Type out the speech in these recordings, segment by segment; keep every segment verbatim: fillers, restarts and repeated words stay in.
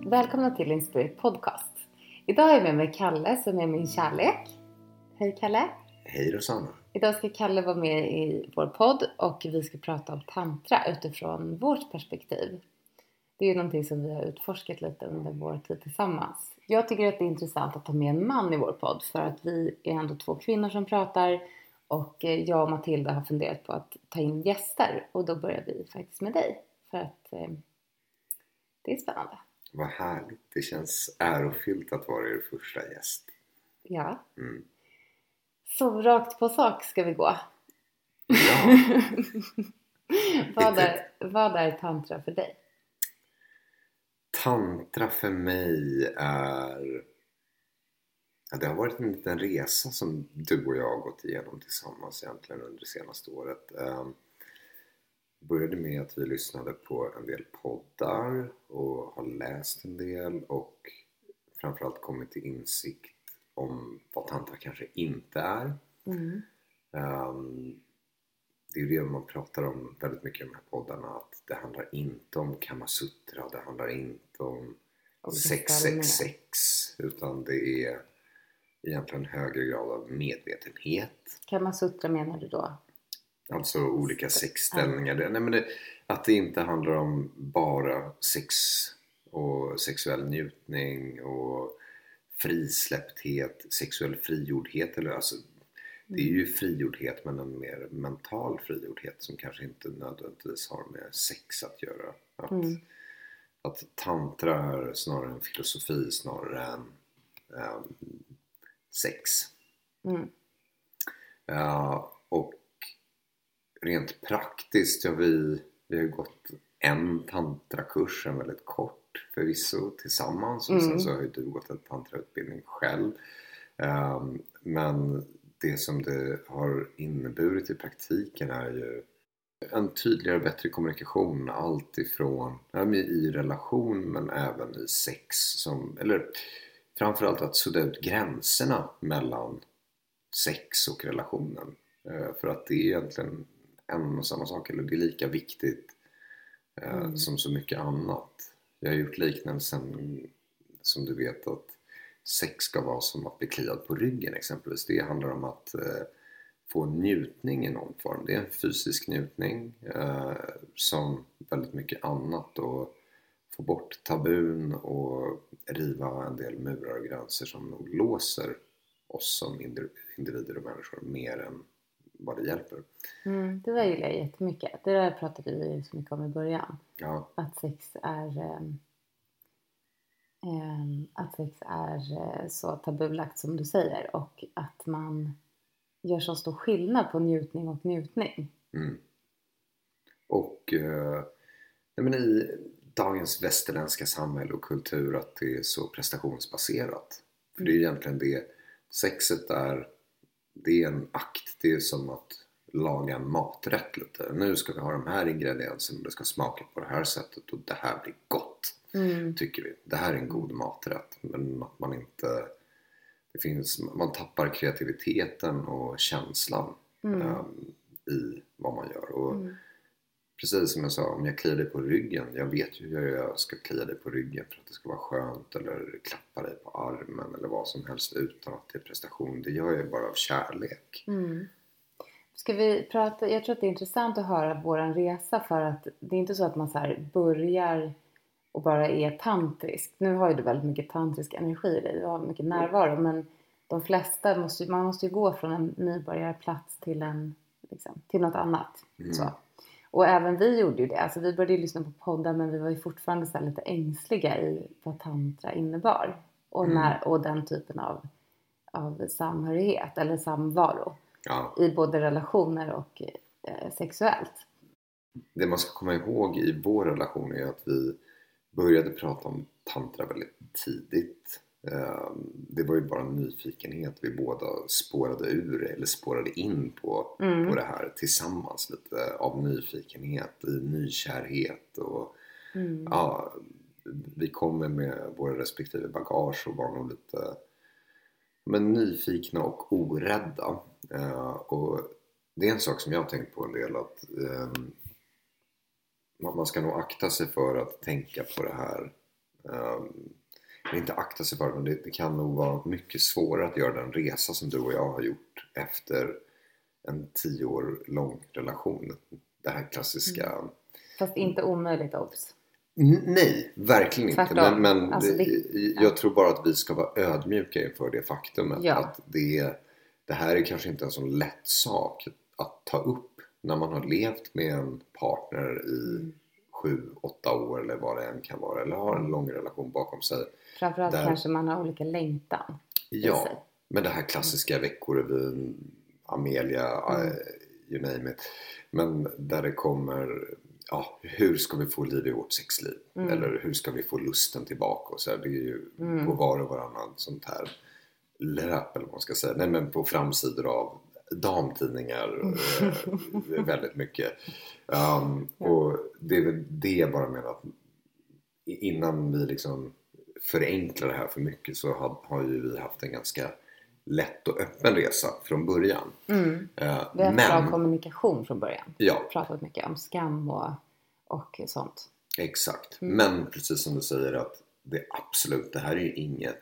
Välkomna till Inspirit Podcast. Idag är jag med mig Kalle som är min kärlek. Hej Kalle. Hej Rosanna. Idag ska Kalle vara med i vår podd och vi ska prata om tantra utifrån vårt perspektiv. Det är ju någonting som vi har utforskat lite under vår tid tillsammans. Jag tycker att det är intressant att ta med en man i vår podd för att vi är ändå två kvinnor som pratar och jag och Matilda har funderat på att ta in gäster och då börjar vi faktiskt med dig för att eh, det är spännande. Vad härligt. Det känns ärofyllt att vara er första gäst. Ja. Mm. Så rakt på sak ska vi gå. Ja. vad, är, vad är tantra för dig? Tantra för mig är... Ja, det har varit en liten resa som du och jag har gått igenom tillsammans egentligen under det senaste året. Um, började med att vi lyssnade på en del poddar och har läst en del och framförallt kommit till insikt om vad tantra kanske inte är. Mm. Um, det är ju det man pratar om väldigt mycket i de här poddarna, att det handlar inte om Kamasutra, det handlar inte om sex sex sex, utan det är egentligen högre grad av medvetenhet. Kamasutra menar du då? Alltså olika sexställningar. Mm. Nej, men det, att det inte handlar om bara sex och sexuell njutning och frisläppthet, sexuell frigjordhet. Eller, alltså, det är ju frigjordhet men en mer mental frigjordhet som kanske inte nödvändigtvis har med sex att göra. Att, mm. att tantra är snarare en filosofi snarare än um, sex. Mm. Uh, och rent praktiskt, ja, vi, vi har gått en tantrakurs, en väldigt kort förvisso tillsammans. Och mm. sen så har ju du gått en tantrautbildning själv. Um, men det som det har inneburit i praktiken är ju en tydligare och bättre kommunikation. Allt ifrån ja, i relation men även i sex. Som, eller framförallt att sudda ut gränserna mellan sex och relationen. Uh, för att det är egentligen en och samma sak, eller det är lika viktigt eh, mm. som så mycket annat. Jag har gjort liknelsen som du vet att sex ska vara som att bli kliad på ryggen exempelvis. Det handlar om att eh, få njutning i någon form. Det är en fysisk njutning eh, som väldigt mycket annat, och få bort tabun och riva en del murar och gränser som nog låser oss som individer och människor mer än vad det hjälper. Mm, det där gillar jag jättemycket. Det där pratade vi så mycket om i början. Ja. Att sex är um, um, att sex är uh, så tabulagt som du säger. Och att man gör så stor skillnad på njutning och njutning. Mm. Och uh, jag menar, i dagens västerländska samhälle och kultur att det är så prestationsbaserat. För mm. det är egentligen det. Sexet är Det är en akt, det är som att laga en maträtt lite. Nu ska vi ha de här ingredienserna och det ska smaka på det här sättet och det här blir gott, mm. tycker vi. Det här är en god maträtt, men att man inte, det finns, man tappar kreativiteten och känslan mm. um, i vad man gör. Och mm. precis som jag sa, om jag kliar dig på ryggen, jag vet ju hur jag ska klia dig på ryggen för att det ska vara skönt, eller klappa dig på armen eller vad som helst utan att det är prestation. Det gör jag bara av kärlek. Mm. Ska vi prata, jag tror att det är intressant att höra våran resa, för att det är inte så att man så här börjar och bara är tantrisk. Nu har ju du väldigt mycket tantrisk energi i dig, du har mycket närvaro, men de flesta måste, man måste ju gå från en nybörjarplats till en liksom, till något annat. Mm. Så. Och även vi gjorde ju det. Alltså vi började ju lyssna på poddar, men vi var ju fortfarande så här lite ängsliga i vad tantra innebar. Och, mm. när, och den typen av, av samhörighet eller samvaro. Ja. I både relationer och eh, sexuellt. Det man ska komma ihåg i vår relation är att vi började prata om tantra väldigt tidigt. Det var ju bara en nyfikenhet. Vi båda spårade ur eller spårade in på, mm. på det här tillsammans. Lite av nyfikenhet, i nykärhet. Och, mm. ja, vi kommer med våra respektive bagage och var nog lite men, nyfikna och orädda. Och det är en sak som jag har tänkt på en del. Att man ska nog akta sig för att tänka på det här Um, inte akta sig för, men det, det kan nog vara mycket svårare att göra den resa som du och jag har gjort efter en tio år lång relation. Det här klassiska... Mm. Fast inte omöjligt, obs. Nej, verkligen inte. Men, men alltså, det, det, jag tror bara att vi ska vara ödmjuka inför det faktumet. Ja. Att det, det här är kanske inte en så lätt sak att ta upp när man har levt med en partner i mm. sju, åtta år eller vad det än kan vara. Eller har en lång relation bakom sig. Framförallt där, kanske man har olika längtan. Ja, men det här klassiska mm. Veckorevyn, Amelia, mm. uh, you name it. Men där det kommer... Ja, hur ska vi få liv i vårt sexliv? Mm. Eller hur ska vi få lusten tillbaka? Och så här, det är ju mm. på var och varannan sånt här löp, eller vad man ska säga. Nej, men på framsidor av damtidningar eh, väldigt mycket. Um, ja. Och det är väl det jag bara menar, att innan vi liksom förenklar det här för mycket, så har, har ju vi haft en ganska lätt och öppen resa från början. Mm. Uh, vi har haft bra kommunikation från början. Ja. Pratat mycket om skam och, och sånt. Exakt. Mm. Men precis som du säger, att det absolut, det här är ju inget,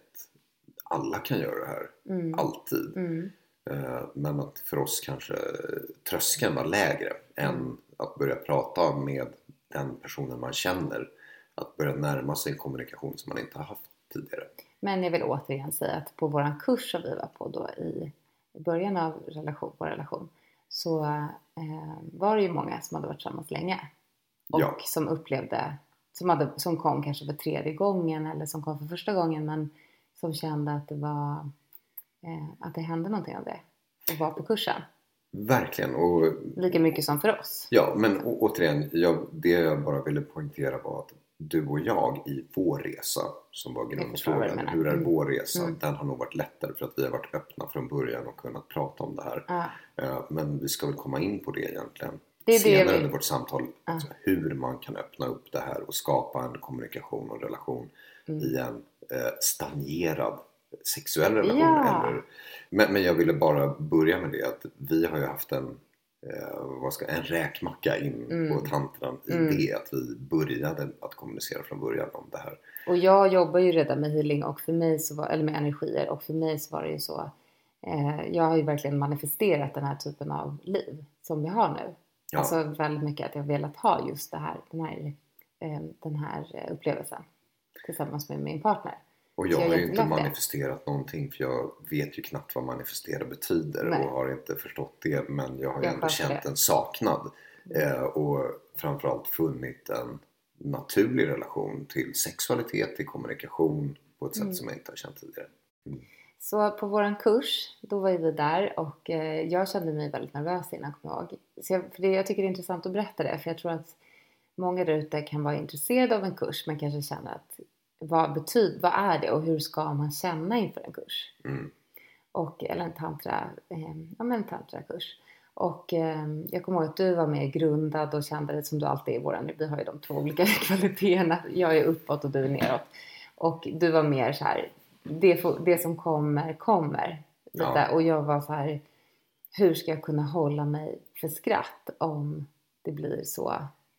alla kan göra det här. Mm. Alltid. Mm. Uh, men att för oss kanske tröskeln var lägre mm. än att börja prata med den personen man känner. Att börja närma sig en kommunikation som man inte har haft tidigare. Men jag vill återigen säga att på våran kurs som vi var på då i början av relation, vår relation, så eh, var det ju många som hade varit tillsammans länge. Och ja. som upplevde, som, hade, som kom kanske för tredje gången eller som kom för första gången, men som kände att det var eh, att det hände någonting av det och var på kursen. Verkligen. Och, lika mycket som för oss. Ja, men å, återigen, jag, det jag bara ville poängtera var att du och jag i vår resa, som var grundfrågan, hur är mm. vår resa, mm. den har nog varit lättare för att vi har varit öppna från början och kunnat prata om det här. Ah. Men vi ska väl komma in på det egentligen det är senare det under vårt samtal. Ah. Alltså hur man kan öppna upp det här och skapa en kommunikation och relation mm. i en eh, stagnerad sexuell relation. Ja. Eller, men, men jag ville bara börja med det, att vi har ju haft en Eh, vad ska, en räkmacka in mm. på tantran i mm. det, att vi började att kommunicera från början om det här. Och jag jobbar ju redan med healing och för mig så var, eller med energier, och för mig så var det ju så eh, jag har ju verkligen manifesterat den här typen av liv som vi har nu. Ja. Alltså väldigt mycket att jag velat ha just det här, den här, eh, den här upplevelsen tillsammans med min partner. Och jag, jag har ju inte manifesterat det. någonting, för jag vet ju knappt vad manifestera betyder. Nej. Och har inte förstått det, men jag har ju jag ändå känt det. en saknad eh, och framförallt funnit en naturlig relation till sexualitet, till kommunikation på ett sätt mm. som jag inte har känt tidigare. Mm. Så på våran kurs, då var vi där och eh, jag kände mig väldigt nervös innan, kommer jag ihåg. Så jag, för det, jag tycker det är intressant att berätta det, för jag tror att många där ute kan vara intresserade av en kurs, men kanske känna att vad betyder, vad är det och hur ska man känna inför en kurs? Mm. Och, eller en tantra, eh, ja men en tantrakurs. Och eh, jag kommer ihåg att du var mer grundad och kände det som du alltid är i våran. Vi har ju de två olika kvaliteterna. Jag är uppåt och du är neråt. Och du var mer så här, det, det som kommer, kommer. Lite. Ja. Och jag var så här, hur ska jag kunna hålla mig för skratt om det blir så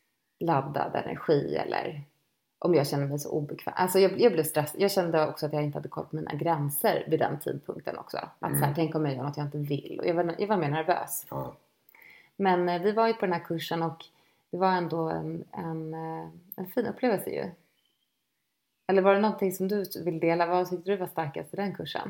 laddad energi eller... Om jag känner mig så obekväm. Alltså jag, jag blev stressad. Jag kände också att jag inte hade koll på mina gränser vid den tidpunkten också. Att mm. så här, tänk om jag gör något jag inte vill. Och jag var, jag var mer nervös. Ja. Men eh, vi var ju på den här kursen och det var ändå en, en, en fin upplevelse ju. Eller var det någonting som du vill dela? Vad tyckte du var starkast i den kursen?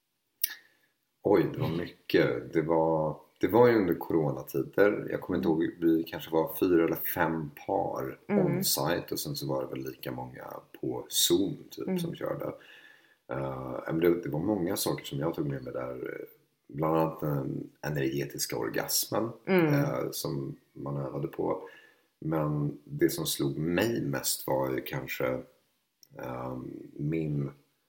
Oj, det var mycket. Det var... Det var ju under coronatider. Jag kommer inte ihåg, vi kanske var fyra eller fem par mm. on-site. Och sen så var det väl lika många på Zoom typ mm. som körde. Uh, det, det var många saker som jag tog med mig där. Bland annat den energetiska orgasmen mm. uh, som man övade på. Men det som slog mig mest var ju kanske uh, min,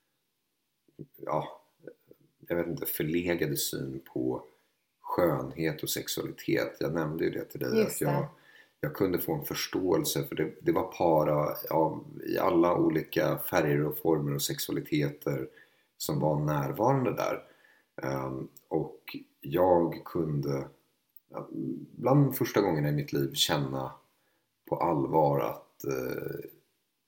ja, jag vet inte, förlegade syn på skönhet och sexualitet. Jag nämnde ju det till dig. Att jag, jag kunde få en förståelse. För det, det var para ja, i alla olika färger och former och sexualiteter som var närvarande där. Um, och jag kunde bland första gångerna i mitt liv känna på allvar att uh,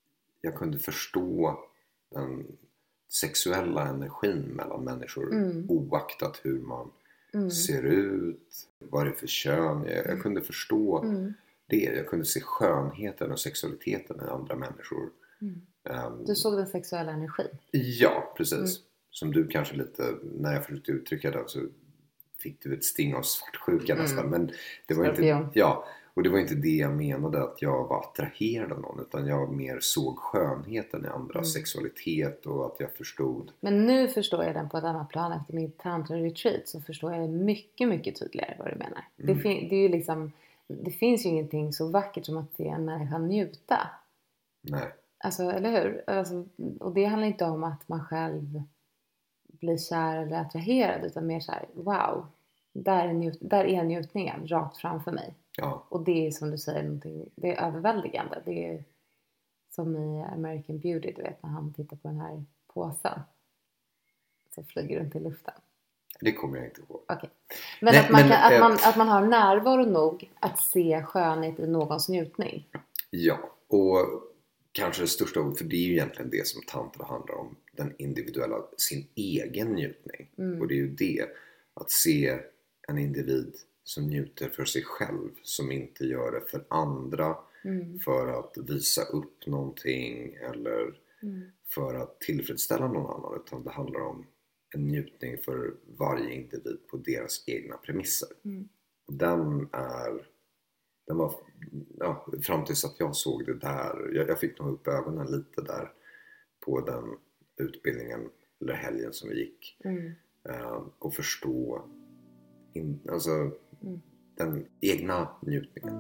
jag kunde förstå den sexuella energin mellan människor Mm. oaktat hur man Mm. ser ut, vad det är för kön. Jag, jag kunde förstå Mm. det. Jag kunde se skönheten och sexualiteten i andra människor. Mm. Um, Du såg den sexuella energin. ja, precis. Mm. Som du kanske lite, när jag försökte uttrycka det så fick du ett sting av svartsjuka Mm. nästan. Men det var Skorpion. inte, ja, och det var inte det jag menade att jag var attraherad av någon. Utan jag mer såg skönheten i andra, Mm. sexualitet och att jag förstod. Men nu förstår jag den på ett annat plan efter min tantra-retreat. Så förstår jag mycket, mycket tydligare vad du menar. Mm. Det, fin- det är ju liksom, det finns ju ingenting så vackert som att se en människa njuta. Nej. Alltså, eller hur? Alltså, och det handlar inte om att man själv blir kär eller attraherad. Utan mer så här, wow. Där är, njut- där är njutningen rakt framför mig. Ja. Och det är som du säger, någonting, det är överväldigande. Det är som i American Beauty, du vet, när han tittar på den här påsen. Så flyger runt i luften. Det kommer jag inte ihåg. Okej. Men, Nej, att, man men, kan, att, eh, man, att man har närvaro nog att se skönhet i någons njutning. Ja, och kanske det största ordet, för det är ju egentligen det som tantra handlar om. Den individuella, sin egen njutning. Mm. Och det är ju det, att se en individ som njuter för sig själv. Som inte gör det för andra. Mm. För att visa upp någonting eller Mm. för att tillfredsställa någon annan. Utan det handlar om en njutning för varje individ på deras egna premisser. Mm. Och den är... Den var, ja, fram tills att jag såg det där. Jag, jag fick nog upp ögonen lite där på den utbildningen eller helgen som vi gick. Mm. Uh, och förstå in, alltså, Mm. den egna njutningen.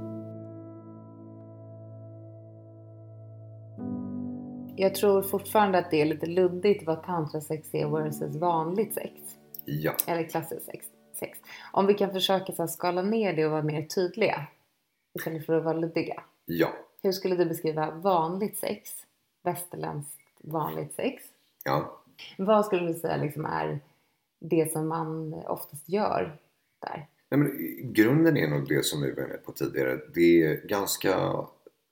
Jag tror fortfarande att det är lite luddigt vad tantrasex är versus vanligt sex. Ja. Eller klassiskt sex. sex. Om vi kan försöka så här, skala ner det och vara mer tydliga. Istället för att vara luddiga. Ja. Hur skulle du beskriva vanligt sex? Västerländskt vanligt sex. Ja. Vad skulle du säga liksom är det som man oftast gör där? Nej, men grunden är nog det som vi var inne på tidigare. Det är ganska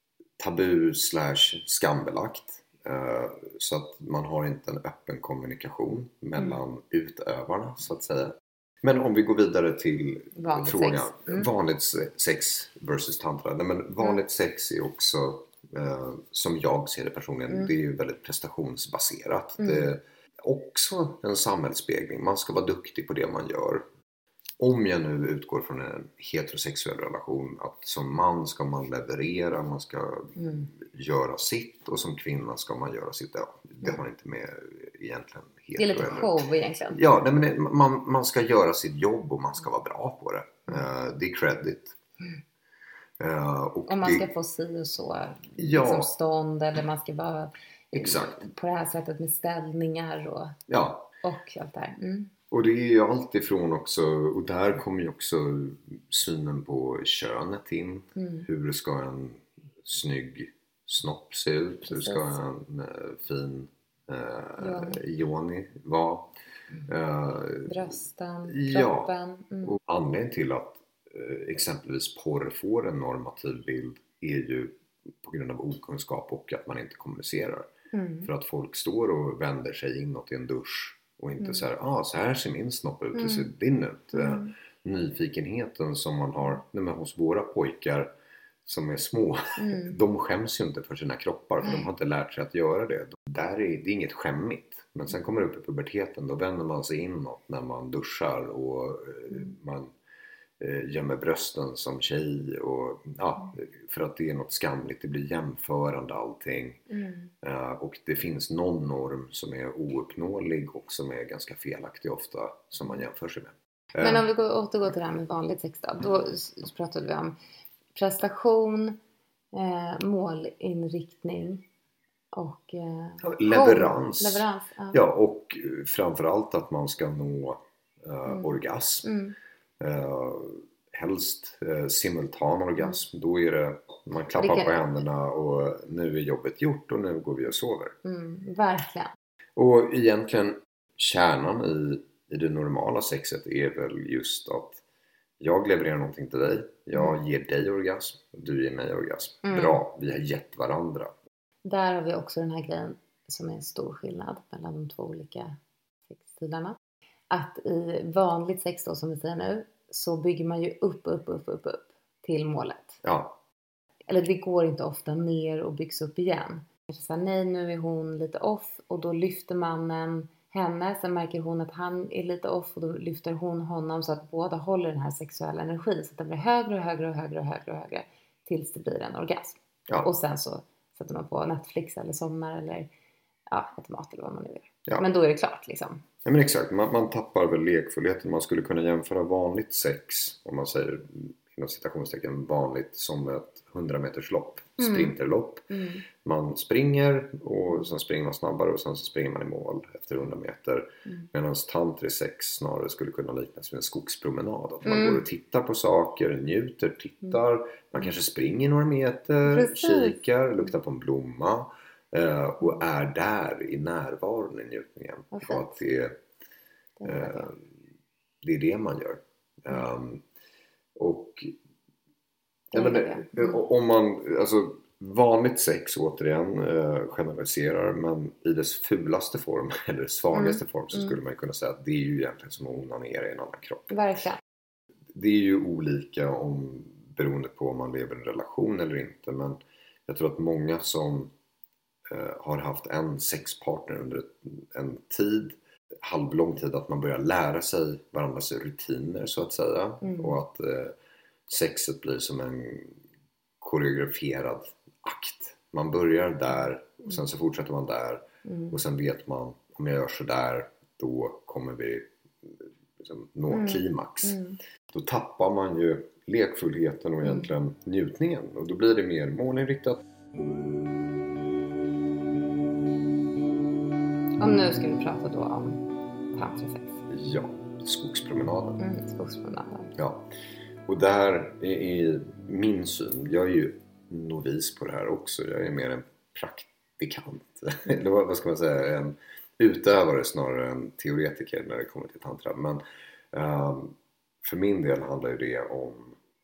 tabu slash skambelagt. Uh, så att man har inte en öppen kommunikation mellan mm. utövarna så att säga. Men om vi går vidare till vanligt frågan. Sex. Mm. Vanligt sex versus tantra. Nej, men vanligt mm. sex är också, uh, som jag ser det personligen, mm. det är ju väldigt prestationsbaserat. Mm. Det är också en samhällsspegling. Man ska vara duktig på det man gör. Om jag nu utgår från en heterosexuell relation, att som man ska man leverera, man ska mm. göra sitt, och som kvinna ska man göra sitt. Ja, det har inte med egentligen hetero. Det är lite show egentligen. Ja, nej, men man, man ska göra sitt jobb och man ska vara bra på det. Mm. Uh, det är credit. Mm. Uh, och, och man det, ska få si och så. Ja. Liksom stånd, eller man ska vara exakt. På det här sättet med ställningar och, ja. och allt det här. Mm. Och det är ju allt ifrån också, och där kommer ju också synen på könet in. Mm. Hur ska en snygg snopp se ut? Precis. Hur ska en uh, fin uh, yoni vara? Mm. Uh, Brösten, ja. kroppen. Mm. Och anledningen till att uh, exempelvis porr får en normativ bild är ju på grund av okunskap och att man inte kommunicerar. Mm. För att folk står och vänder sig inåt i en dusch. Och inte mm. så här, ah, så här ser min snopp ut, mm. ser din ut. Mm. Nyfikenheten som man har nej, men hos våra pojkar som är små. Mm. De skäms ju inte för sina kroppar, för mm. de har inte lärt sig att göra det. Där är det är inget skämmigt. Men sen kommer det upp i puberteten, då vänder man sig inåt när man duschar. Och mm. man eh, gömmer brösten som tjej. Och, ja, för att det är något skamligt, det blir jämförande allting. Mm. Uh, och det finns någon norm som är ouppnåelig och som är ganska felaktig ofta, som man jämför sig med. Uh, Men om vi går, återgår till det här med vanligt sex då. Då pratade vi om prestation, eh, målinriktning och eh, leverans. leverans ja. ja, och framförallt att man ska nå uh, mm. orgasm. Mm. Uh, helst eh, simultan orgasm. Mm. Då är det, man klappar det på händerna och nu är jobbet gjort och nu går vi och sover. Mm, verkligen. Och egentligen kärnan i, i det normala sexet är väl just att jag levererar någonting till dig. Jag mm. ger dig orgasm. Du ger mig orgasm. Mm. Bra, vi har gett varandra. Där har vi också den här grejen som är en stor skillnad mellan de två olika sexstilarna. Att i vanligt sex då, som vi säger nu, så bygger man ju upp, upp, upp, upp, upp till målet. Ja. Eller det går inte ofta ner och byggs upp igen. Kanske så här, nej nu är hon lite off och då lyfter mannen henne. Sen märker hon att han är lite off och då lyfter hon honom så att båda håller den här sexuella energin. Så att den blir högre och högre och högre och högre och högre tills det blir en orgasm. Ja. Och sen så sätter man på Netflix eller somnar eller ja, ett mat eller vad man nu gör. Ja. Men då är det klart liksom. Ja, men exakt, man, man tappar väl lekfullheten. Man skulle kunna jämföra vanligt sex, om man säger inom citationstecken vanligt, som ett hundra meters lopp, Mm. sprinterlopp. Mm. Man springer och sen springer man snabbare och sen så springer man i mål efter hundra meter. Mm. Medan tantrisk sex snarare skulle kunna liknas vid en skogspromenad. Att man Mm. går och tittar på saker, njuter, tittar. Man kanske springer några meter, Precis. kikar, luktar på en blomma. eh, Och är där i närvaron i njutningen. Vad Och fint. att det, Det är eh, det. det är det man gör. Mm. Um, och Det ja, är men, det. Mm. om man, alltså vanligt sex återigen eh, generaliserar, men i dess fulaste form eller dess svagaste Mm. form så Mm. skulle man kunna säga att det är ju egentligen som att onanera i en annan kropp. Verkligen. Det är ju olika om, beroende på om man lever i en relation eller inte, men jag tror att många som eh, har haft en sexpartner under ett, en tid, halvlång tid, att man börjar lära sig varandras rutiner så att säga. Mm. Och att eh, sexet blir som en koreograferad akt. Man börjar där och sen så fortsätter man där. Mm. Och sen vet man, om jag gör så där, då kommer vi liksom nå Mm. klimax. Mm. Då tappar man ju lekfullheten och Mm. egentligen njutningen. Och då blir det mer målinriktat. Och nu ska vi prata då om tantrasex. Ja, skogspromenaden. Mm, skogspromenaden. Ja, och där är, är min syn. Jag är ju novis på det här också. Jag är mer en praktikant. Eller vad vad ska man säga? En utövare snarare än teoretiker när det kommer till tantra. Men um, för min del handlar ju det om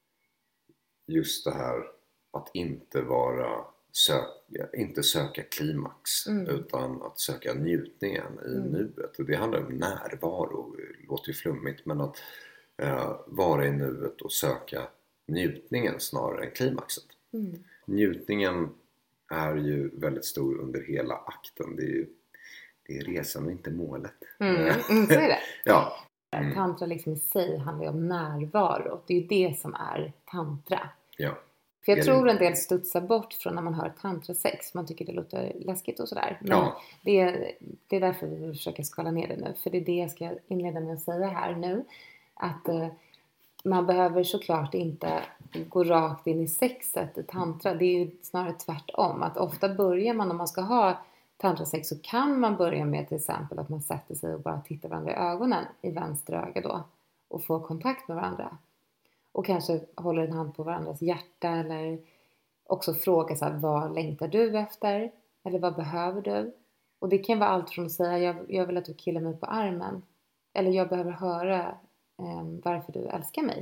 just det här att inte vara söka, inte söka klimax Mm. utan att söka njutningen i Mm. nuet. Och det handlar om närvaro. Det låter ju flummigt, men att eh, vara i nuet och söka njutningen snarare än klimaxet. Mm. Njutningen är ju väldigt stor under hela akten. Det är ju det är resan och inte målet. Mm. Mm, så är det. Ja. Mm. Tantra liksom i sig handlar ju om närvaro. Det är ju det som är tantra. Ja. För jag Är tror det- en del studsar bort från när man hör tantrasex. Man tycker det låter läskigt och sådär. Men Ja. det, är, det är därför vi vill försöka skala ner det nu. För det är det jag ska inleda med att säga här nu. Att eh, man behöver såklart inte gå rakt in i sexet i tantra. Det är ju snarare tvärtom. Att ofta börjar man, om man ska ha tantrasex, så kan man börja med till exempel att man sätter sig och bara tittar varandra i ögonen i vänster öga då. Och får kontakt med varandra. Och kanske håller en hand på varandras hjärta. Eller också fråga så här, vad längtar du efter? Eller vad behöver du? Och det kan vara allt från att säga, jag, jag vill att du killar mig på armen. Eller jag behöver höra eh, varför du älskar mig.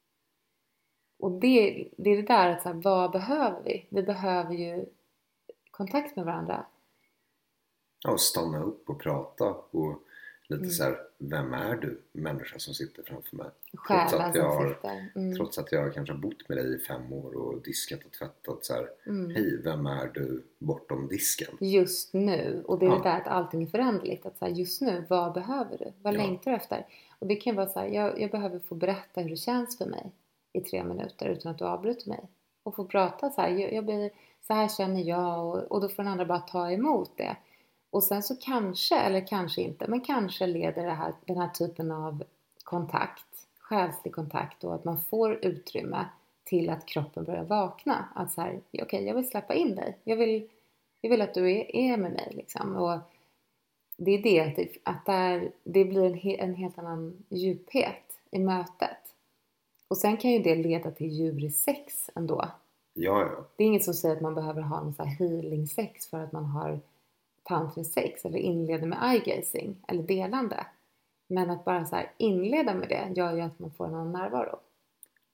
Och det, det är det där att så här, vad behöver vi? Vi behöver ju kontakt med varandra. Ja, stanna upp och prata och lite Mm. så här, vem är du, människa som sitter framför mig? Trots Själen att jag som har, sitter. Mm. trots att jag kanske har bott med dig i fem år och diskat och tvättat så här, Mm. hej, vem är du bortom disken? Just nu. Och det är Ja. det där att allting är föränderligt. Att så här, just nu, vad behöver du? Vad Ja. längtar du efter? Och det kan vara så här, jag, jag behöver få berätta hur det känns för mig i tre minuter utan att du avbryter mig. Och få prata så här, jag, jag blir, så här känner jag. Och, och då får den andra bara ta emot det. Och sen så kanske, eller kanske inte, men kanske leder det här, den här typen av kontakt, själslig kontakt, och att man får utrymme till att kroppen börjar vakna. Att så här, okej, okay, jag vill släppa in dig. Jag vill, jag vill att du är, är med mig liksom. Och det är det att, det, att där, det blir en, he, en helt annan djuphet i mötet. Och sen kan ju det leda till djurig sex ändå. Ja, ja. Det är inget som säger att man behöver ha någon så här healing sex för att man har tantrisk sex eller inleder med eye-gazing eller delande. Men att bara så här inleda med det gör ju att man får en annan närvaro.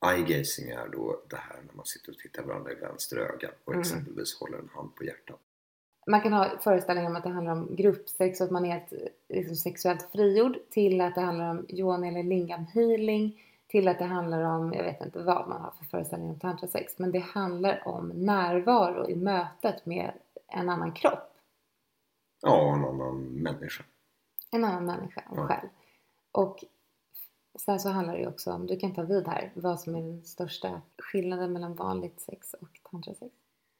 Eye-gazing är då det här när man sitter och tittar varandra i vänster öga och Mm. exempelvis håller en hand på hjärtat. man kan ha föreställningar om att det handlar om gruppsex och att man är ett, liksom, sexuellt frigjord, till att det handlar om yoni eller lingam healing, till att det handlar om, jag vet inte vad man har för föreställningar om tantrasex, men det handlar om närvaro i mötet med en annan kropp. Ja, en annan människa. En annan människa, en Ja. själv. Och sen så handlar det ju också om, du kan ta vid här, vad som är den största skillnaden mellan vanligt sex och tantrasex.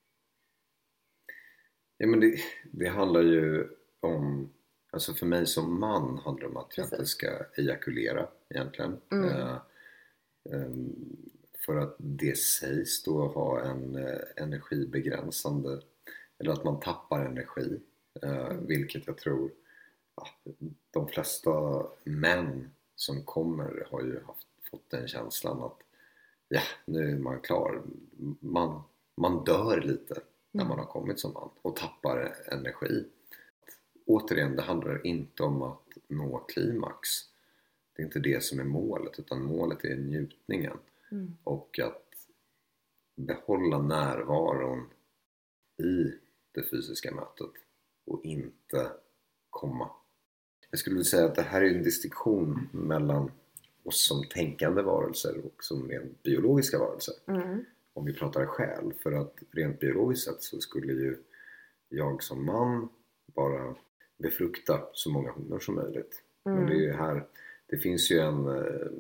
Ja, men det, det handlar ju om, alltså för mig som man handlar det om att jag Precis. inte ska ejakulera egentligen. Mm. Eh, ehm, för att det sägs då ha en eh, energibegränsande, eller att man tappar energi. Eh, Mm. Vilket jag tror, ja, de flesta män som kommer har ju haft, fått den känslan att ja, nu är man klar. Man, man dör lite när man har kommit som man och tappar energi. Återigen, det handlar inte om att nå klimax. Det är inte det som är målet, utan målet är njutningen. Mm. Och att behålla närvaron i det fysiska mötet och inte komma. Jag skulle vilja säga att det här är en distinktion mellan oss som tänkande varelser och som rent biologiska varelser. Mm. Om vi pratar själ, för att rent biologiskt sett så skulle ju jag som man bara befrukta så många honor som möjligt. Mm. Men det är ju här, det finns ju en,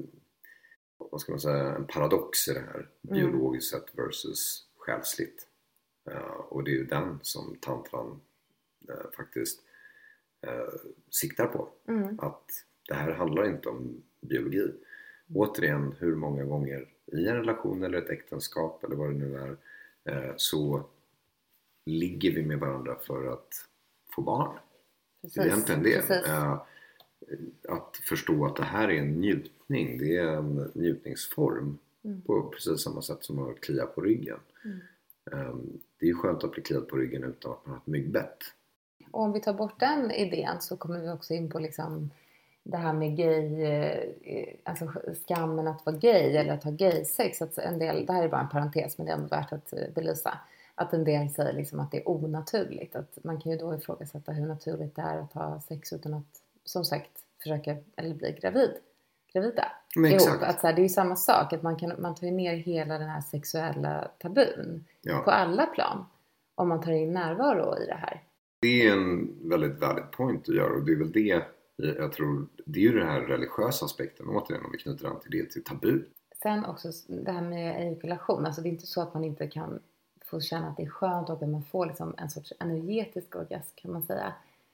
vad ska man säga, en paradox i det här, Mm. biologiskt sett versus själsligt. Uh, och det är ju den som tantran uh, faktiskt uh, siktar på. Mm. Att det här handlar inte om biologi. Återigen, hur många gånger i en relation eller ett äktenskap eller vad det nu är, uh, så ligger vi med varandra för att få barn. Precis. Det är egentligen det. Precis. Uh, att förstå att det här är en njutning. Det är en njutningsform. Mm. På precis samma sätt som att klia på ryggen. Mm. Um, det är ju skönt att bli kliad på ryggen utan att man har ett myggbett. Och om vi tar bort den idén så kommer vi också in på liksom det här med gay, eh, alltså skammen att vara gay eller att ha gay-sex. Att en del, det här är bara en parentes men det är ändå värt att eh, belysa. Att en del säger liksom att det är onaturligt. Att man kan ju då ifrågasätta hur naturligt det är att ha sex utan att, som sagt, försöka eller bli gravid. Gravida. Men Ihop. exakt. Att så här, det är ju samma sak. Att man, kan, man tar ju ner hela den här sexuella tabun. Ja. På alla plan. Om man tar in närvaro i det här. Det är en väldigt valid point att göra och det är väl det jag tror, det är ju den här religiösa aspekten återigen om vi knyter an till det, till tabu. Sen också det här med ejakulation. Alltså det är inte så att man inte kan få känna att det är skönt och att man får liksom en sorts energetisk orgasm kan man säga.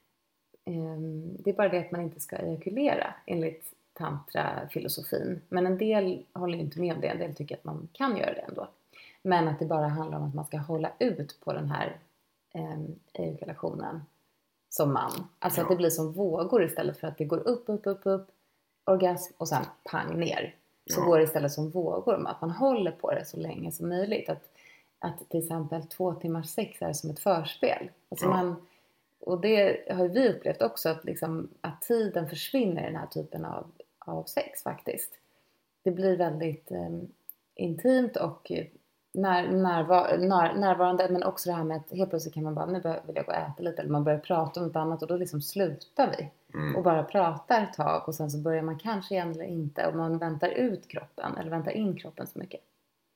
Det är bara det att man inte ska ejakulera enligt tantra-filosofin. Men en del håller inte med om det. En del tycker att man kan göra det ändå. Men att det bara handlar om att man ska hålla ut på den här eh, ejakulationen som man. Alltså Ja. att det blir som vågor istället för att det går upp, upp, upp, upp. Orgasm och sen pang ner. Så Ja. går det istället som vågor. Att man håller på det så länge som möjligt. Att, att till exempel två timmars sex är som ett förspel. Alltså Ja. man... Och det har vi upplevt också att, liksom, att tiden försvinner i den här typen av, av sex faktiskt. Det blir väldigt eh, intimt och när, närvar, när, närvarande. Men också det här med att helt plötsligt kan man bara, nu vill jag gå och äta lite. Eller man börjar prata om något annat och då liksom slutar vi. Mm. Och bara pratar ett tag och sen så börjar man kanske igen eller inte. Och man väntar ut kroppen eller väntar in kroppen så mycket.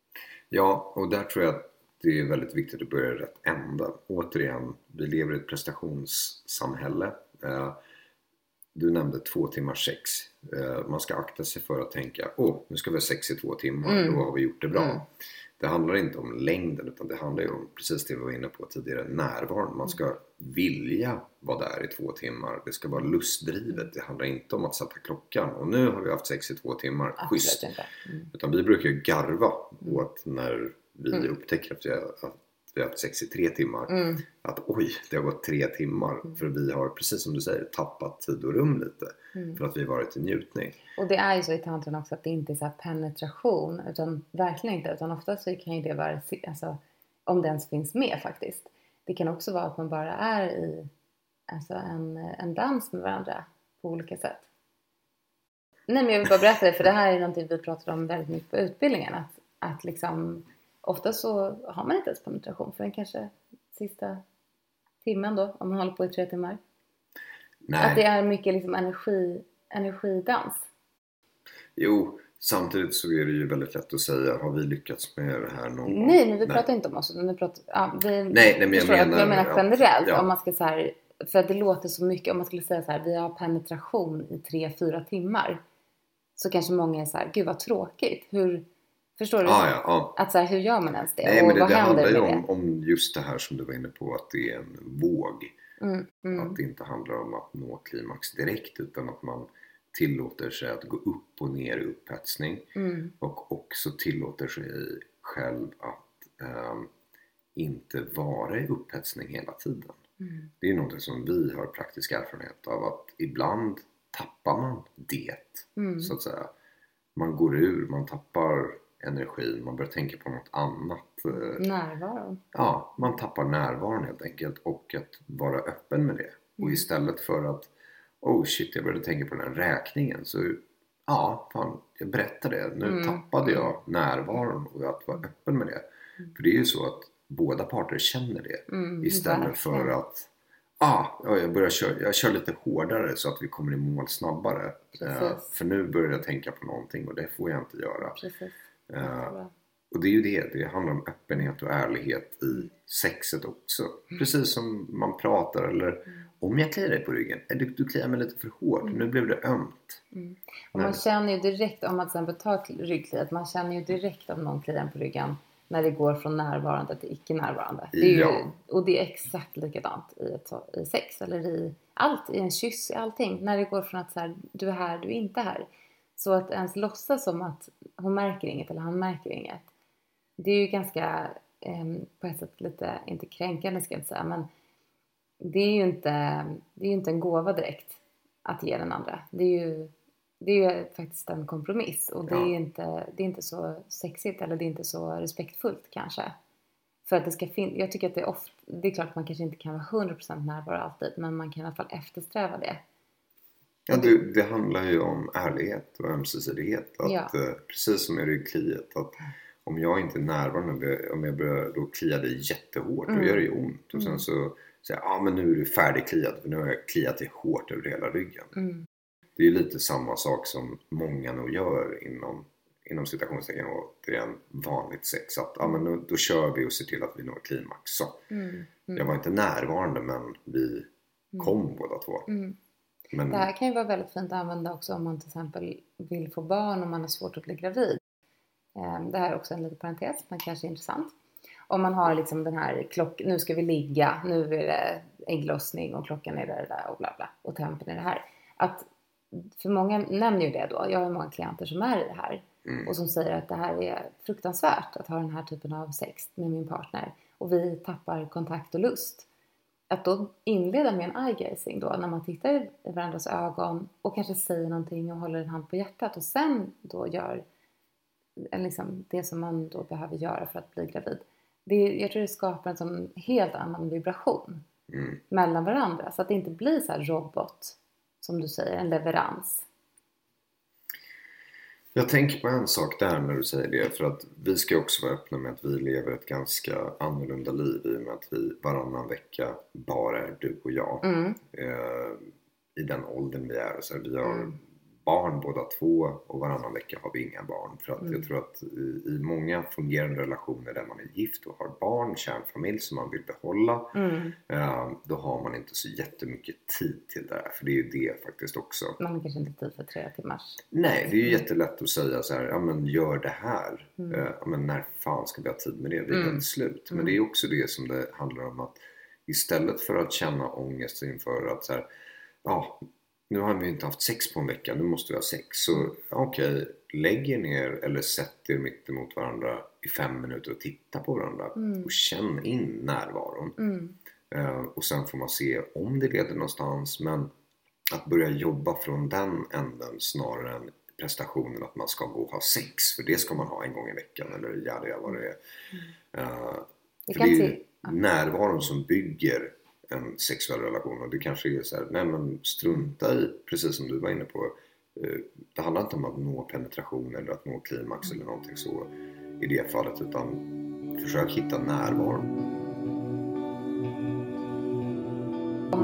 Ja, och där tror jag att det är väldigt viktigt att börja i rätt ända. Återigen, vi lever i ett prestationssamhälle. Du nämnde två timmars sex. Man ska akta sig för att tänka, åh, nu ska vi ha sex i två timmar, Mm. då har vi gjort det bra. Mm. Det handlar inte om längden utan det handlar ju om precis det vi var inne på tidigare, närvaron. Man ska vilja vara där i två timmar. Det ska vara lustdrivet. Det handlar inte om att sätta klockan. Och nu har vi haft sex i två timmar. Absolut Schysst. inte. Mm. Utan vi brukar ju garva åt när vi Mm. upptäcker att vi, har, att vi har haft sex i tre timmar. Mm. Att oj, det har gått tre timmar. Mm. För vi har, precis som du säger, tappat tid och rum lite. Mm. För att vi varit i njutning. Och det är ju så i tantran också att det inte är så här penetration. Utan verkligen inte. Utan ofta så kan ju det vara, alltså, om det ens finns med faktiskt. Det kan också vara att man bara är i alltså en, en dans med varandra på olika sätt. Nej, men jag vill bara berätta det, för det här är någonting vi pratar om väldigt mycket på utbildningen. Att, att liksom, ofta så har man inte ens penetration för den kanske sista timmen då, om man håller på i tre timmar. Nej. Att det är mycket liksom energi, energidans. Jo, samtidigt så är det ju väldigt lätt att säga, har vi lyckats med det här någon gång? Nej, men vi pratar nej. inte om oss. Vi pratar, ja, vi, nej, nej, men jag menar, jag menar generellt. Ja. Om man ska så här, för att det låter så mycket, om man skulle säga så här, vi har penetration i tre, fyra timmar. Så kanske många är så här, gud vad tråkigt. Hur, förstår du? Ah, ja, ja. Att så här, hur gör man ens det? Nej, och men det, vad det händer handlar ju med om, det? om just det här som du var inne på, att det är en våg. Mm, mm. Att det inte handlar om att nå klimax direkt, utan att man tillåter sig att gå upp och ner i upphetsning. Mm. Och också tillåter sig själv att ähm, inte vara i upphetsning hela tiden. Mm. Det är något som vi har praktisk erfarenhet av, att ibland tappar man det, mm. så att säga. Man går ur, man tappar energin, man börjar tänka på något annat. Närvaron. Ja, man tappar närvaron helt enkelt, och att vara öppen med det. Mm. Och istället för att, oh shit, jag började tänka på den här räkningen, så ja, fan, jag berättar det. Nu mm. tappade jag närvaron, och att vara öppen med det. Mm. För det är ju så att båda parter känner det. Mm, istället verkligen. För att ah, jag börjar köra, jag kör lite hårdare så att vi kommer i mål snabbare. Uh, för nu börjar jag tänka på någonting, och det får jag inte göra. Uh, och det är ju det, det handlar om öppenhet och ärlighet i sexet också. Mm. Precis som man pratar, eller mm. om jag kliar dig på ryggen, du, du kliar mig lite för hårt, mm. nu blev det ömt. Mm. Och man känner ju direkt, om man till exempel tar ryggkliet, man känner ju direkt om någon kliar på ryggen när det går från närvarande till icke närvarande. Det är ju, ja. Och det är exakt likadant i, ett, i sex eller i allt, i en kyss, i allting. När det går från att så här, du är här, du är inte här. Så att ens låtsas som att hon märker inget eller han märker inget. Det är ju ganska eh, på ett sätt lite, inte kränkande ska jag inte säga, men det är ju inte, det är ju inte en gåva direkt att ge den andra. Det är ju, det är ju faktiskt en kompromiss, och det är ju inte, det är inte så sexigt, eller det är inte så respektfullt kanske. För att det ska fin- jag tycker att det är ofta, det är klart att man kanske inte kan vara hundra procent närvarande alltid, men man kan i alla fall eftersträva det. Ja, det, det handlar ju om ärlighet och ömsesidighet. Att, ja. eh, precis som i ryggkliet, att om jag inte är närvarande, om jag börjar då klia dig jättehårt, mm. då gör det ju ont. Och sen mm. så säger jag, ja ah, men nu är du färdigkliad, för nu har jag kliat dig hårt över hela ryggen. Mm. Det är ju lite samma sak som många nog gör inom, inom citationstecken och återigen vanligt sex. Att ja, men då, då kör vi och ser till att vi når klimax. Så. Mm. Mm. Jag var inte närvarande, men vi kom mm. båda två. Mm. Men, det här kan ju vara väldigt fint att använda också om man till exempel vill få barn och man har svårt att bli gravid. Det här är också en liten parentes, men kanske intressant. Om man har liksom den här klock, nu ska vi ligga, nu är det ägglossning och klockan är det där och bla bla, och tempen är det här. Att, för många nämner ju det då, jag har många klienter som är i det här mm. och som säger att det här är fruktansvärt att ha den här typen av sex med min partner, och vi tappar kontakt och lust. Att då inleda med en eye-gazing då, när man tittar i varandras ögon och kanske säger någonting och håller en hand på hjärtat, och sen då gör liksom det som man då behöver göra för att bli gravid. Det, jag tror det skapar en sån helt annan vibration mm. mellan varandra, så att det inte blir så här robot, som du säger, en leverans. Jag tänker på en sak där när du säger det, för att vi ska också vara öppna med att vi lever ett ganska annorlunda liv, i och med att vi varannan vecka bara är du och jag mm. eh, i den åldern vi är. Så vi har mm. barn båda två, och varannan vecka har vi inga barn. För att mm. jag tror att i, i många fungerande relationer där man är gift och har barn, kärnfamilj som man vill behålla, mm. eh, då har man inte så jättemycket tid till det här. För det är ju det faktiskt också. Man har kanske inte tid för tre timmars. Nej, det är ju jättelätt att säga så här, ja men gör det här. Mm. Eh, ja, men när fan ska vi ha tid med det? Vi är mm. helt slut. Men mm. det är också det som det handlar om, att istället för att känna ångest inför att så här, ja, nu har vi inte haft sex på en vecka, nu måste vi ha sex. Så okej, okay, lägg er ner eller sätt er mitt emot varandra i fem minuter och titta på varandra. Mm. Och känn in närvaron. Mm. Uh, och sen får man se om det leder någonstans. Men att börja jobba från den änden snarare än prestationen att man ska gå och ha sex. För det ska man ha en gång i veckan, eller ja, det är vad det är. Uh, för det är ju närvaron som bygger en sexuell relation. Och det kanske är så här, nej men strunta i, precis som du var inne på, det handlar inte om att nå penetration eller att nå klimax eller någonting så i det fallet, utan försök hitta närvaron.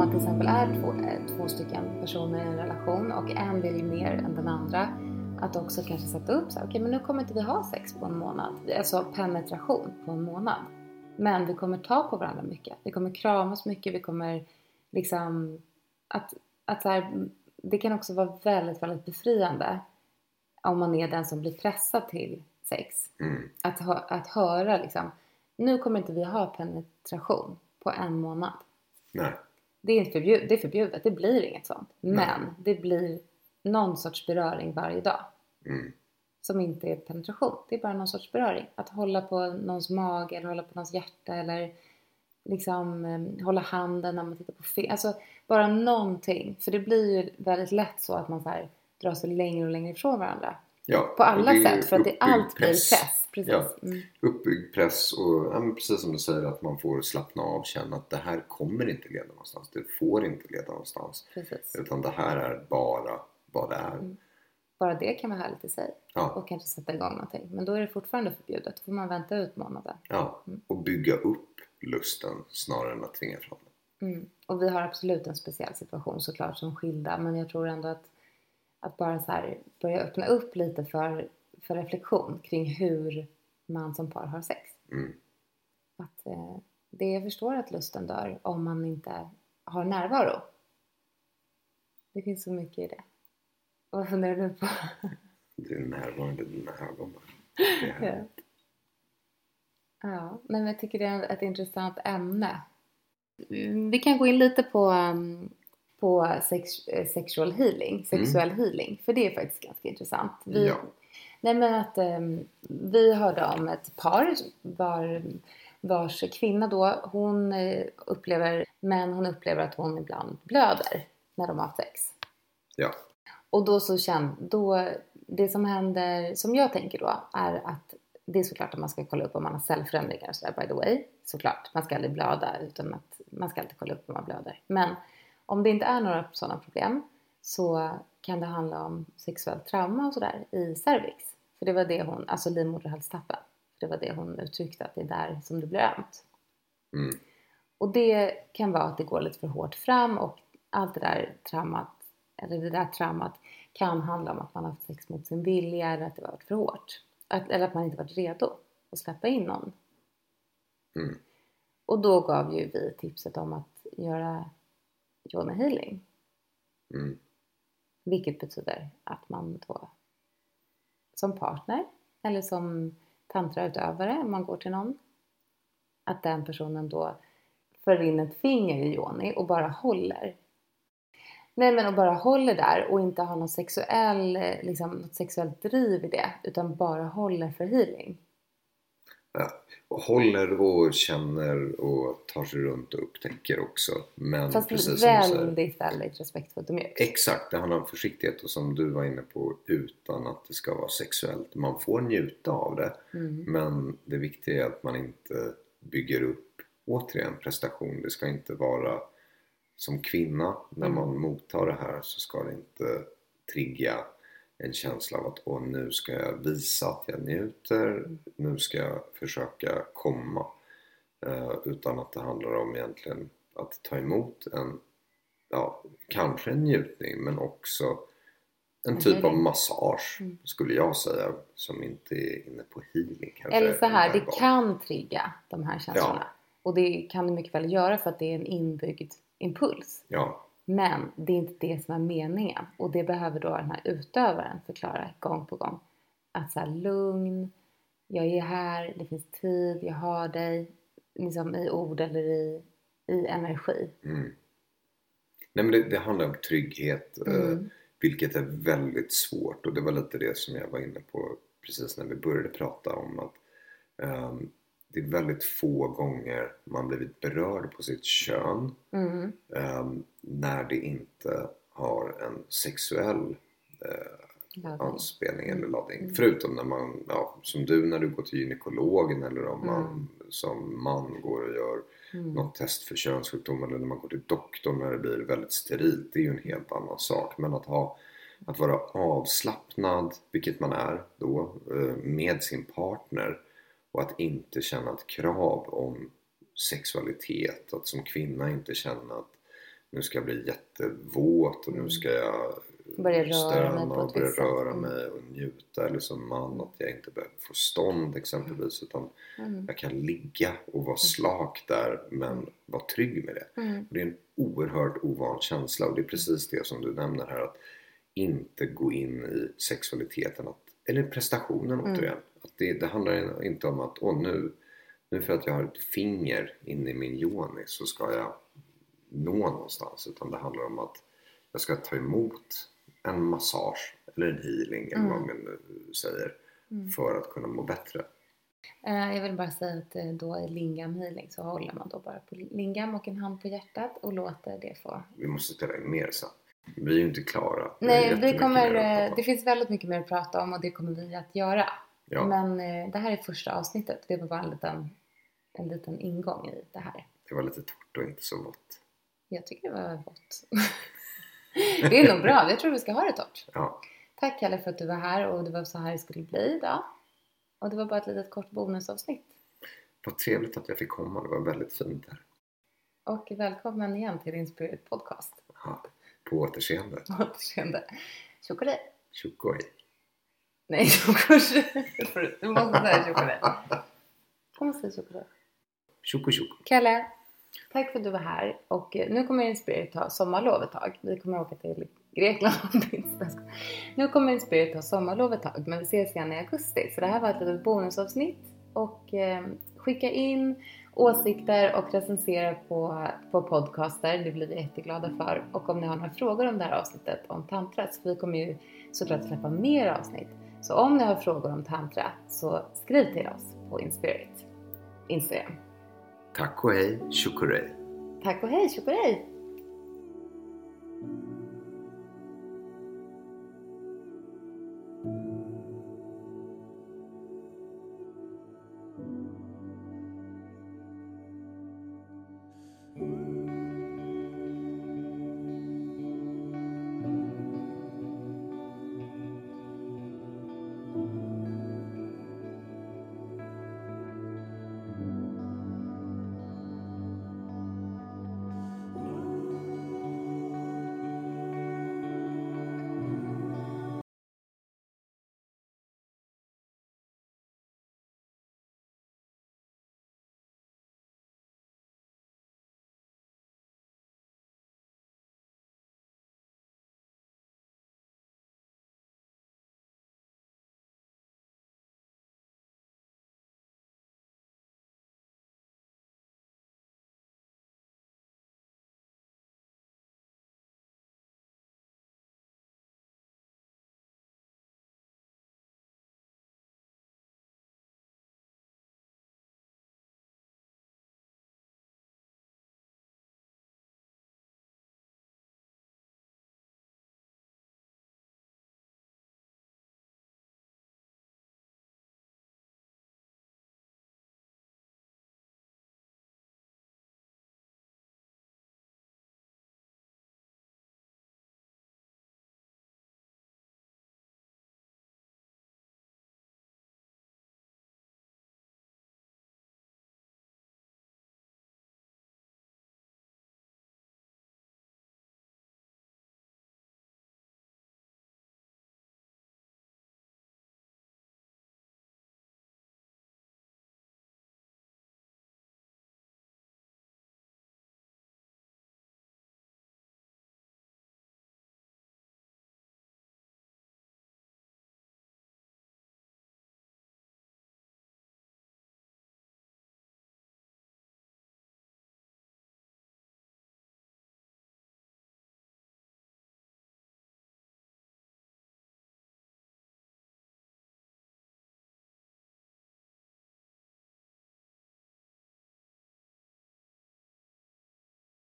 man till exempel är två, två stycken personer i en relation och en vill mer än den andra, att också kanske sätta upp så här, okej okay, men nu kommer inte vi ha sex på en månad, alltså penetration på en månad, men vi kommer ta på varandra mycket, vi kommer kramas mycket, vi kommer liksom att, att så här, det kan också vara väldigt, väldigt befriande om man är den som blir pressad till sex. Mm. Att, hö- att höra liksom, nu kommer inte vi ha penetration på en månad. Nej. Det är, förbjud- det är förbjudet, det blir inget sånt. Nej. Men det blir någon sorts beröring varje dag. Mm. Som inte är penetration, det är bara någon sorts beröring. Att hålla på någons mage eller hålla på någons hjärta eller liksom eh, hålla handen när man tittar på film. Alltså bara någonting. För det blir ju väldigt lätt så att man så här drar sig längre och längre ifrån varandra. Ja, på alla sätt. För att det allt blir press. press. Precis. Ja, mm. uppbyggd press och ja, precis som du säger att man får slappna av, känna att det här kommer inte leda någonstans. Det får inte leda någonstans. Precis. Utan det här är bara vad det är. Mm. Bara det kan vara härligt i sig. Ja. Och kanske sätta igång någonting. Men då är det fortfarande förbjudet. Då får man vänta ut månaden. Ja, och bygga upp lusten snarare än att tvinga fram den. Mm. Och vi har absolut en speciell situation såklart som skilda. Men jag tror ändå att, att bara så här börja öppna upp lite för, för reflektion kring hur man som par har sex. Mm. Att eh, det jag förstår att lusten dör om man inte har närvaro. Det finns så mycket i det. Vad funderar du på? Det är närvarande i dina ögon. Ja. Ja, men jag tycker det är ett intressant ämne. Vi kan gå in lite på, på sex, sexual healing, sexuell mm. healing. För det är faktiskt ganska intressant. Vi, ja. Nej men att um, vi hörde om ett par var, vars kvinna då, hon upplever, men hon upplever att hon ibland blöder när de har sex. Ja. Och då så känner, då, det som händer, som jag tänker då, är att det är såklart att man ska kolla upp om man har cellförändringar och sådär, by the way. Såklart, man ska aldrig blöda utan att man ska alltid kolla upp om man blöder. Men om det inte är några sådana problem så kan det handla om sexuellt trauma och sådär i cervix. För det var det hon, alltså livmoderhalstappen. Det var det hon uttryckte, att det är där som det blir ömt. Mm. Och det kan vara att det går lite för hårt fram och allt det där traumat, eller det där traumat kan handla om att man har haft sex mot sin vilja eller att det varit för hårt. Att, eller att man inte varit redo att släppa in någon. Mm. Och då gav ju vi tipset om att göra yoni healing. Mm. Vilket betyder att man då som partner eller som tantrautövare, om man går till någon, att den personen då för in ett finger i yoni och bara håller. Nej men och bara håller där och inte har någon sexuell, liksom, något sexuellt driv i det. Utan bara håller för healing. Ja, och håller och känner och tar sig runt och upptäcker också. Men fast precis väldigt, väldigt respektfullt och mjukt. Exakt, det handlar om försiktighet och som du var inne på, utan att det ska vara sexuellt. Man får njuta av det. Mm. Men det viktiga är att man inte bygger upp återigen prestation. Det ska inte vara... Som kvinna, när man mm. mottar det här så ska det inte trigga en känsla av att åh, nu ska jag visa att jag njuter, mm. nu ska jag försöka komma. Uh, utan att det handlar om egentligen att ta emot en, ja, kanske en njutning men också en typ av massage mm. skulle jag säga, som inte är inne på healing. Kanske eller så här, det kan trigga de här känslorna. Ja. Och det kan det mycket väl göra för att det är en inbyggd impuls. Ja. Men det är inte det som är meningen. Och det behöver då den här utövaren förklara gång på gång. Att så här, lugn, jag är här, det finns tid, jag har dig. Liksom i ord eller i, i energi. Mm. Nej men det, det handlar om trygghet. Mm. Eh, vilket är väldigt svårt. Och det var lite det som jag var inne på precis när vi började prata om. Att um, det är väldigt få gånger man blivit berörd på sitt kön mm. um, när det inte har en sexuell uh, anspelning eller laddning. Mm. Förutom när man, ja, som du när du går till gynekologen eller om man mm. som man går och gör mm. något test för könssjukdom eller när man går till doktorn när det blir väldigt sterilt. Det är ju en helt annan sak. Men att, ha, att vara avslappnad, vilket man är då, uh, med sin partner. Och att inte känna ett krav om sexualitet. Att som kvinna inte känna att nu ska jag bli jättevåt och nu ska jag börja röra mig på och ett börja visst sätt. röra Mm. mig och njuta, eller som man att jag inte behöver få stånd exempelvis, utan Mm. jag kan ligga och vara slak där men vara trygg med det. Mm. Och det är en oerhört ovan känsla, och det är precis det som du nämner här, att inte gå in i sexualiteten att, eller prestationen Mm. återigen, att det, det handlar inte om att åh, nu, nu för att jag har ett finger inne i min yoni så ska jag nå någonstans, utan det handlar om att jag ska ta emot en massage eller en healing eller Mm. vad man nu säger Mm. för att kunna må bättre. Jag vill bara säga att då i lingam healing så håller man då bara på lingam och en hand på hjärtat och låter det få. Vi måste spela in mer sen. Vi är ju inte klara. Nej, vi kommer, det finns väldigt mycket mer att prata om och det kommer vi att göra. Ja. Men det här är första avsnittet. Det var bara en liten, en liten ingång i det här. Det var lite torrt och inte så vått. Jag tycker det var vått. Det är nog bra. Jag tror vi ska ha det torrt. Ja. Tack Kalle för att du var här och det var så här det skulle bli idag. Och det var bara ett litet kort bonusavsnitt. Vad trevligt att jag fick komma. Det var väldigt fint här. Och välkommen igen till din Spirit Podcast. Ja, på återseende. På återseende. Tjockare. Tjockoj. Nej, tjockare. Du måste säga tjockare. Kom och säg tjockare. Tjocko tjocko. Kalle, tack för att du var här. Och nu kommer Inspirit ta sommarlov ett tag. Vi kommer åka till Grekland. Nu kommer Inspirit ta sommarlov ett tag. Men vi ses igen i augusti. Så det här var ett litet bonusavsnitt. Och eh, skicka in åsikter och recensera på, på podcaster. Det blir vi jätteglada för. Och om ni har några frågor om det här avsnittet om tantra. Så vi kommer ju såklart släppa mer avsnitt. Så om ni har frågor om tantra så skriv till oss på Inspirit Instagram. Tack och hej, tjockorej. Tack och hej, tjockorej. Mm.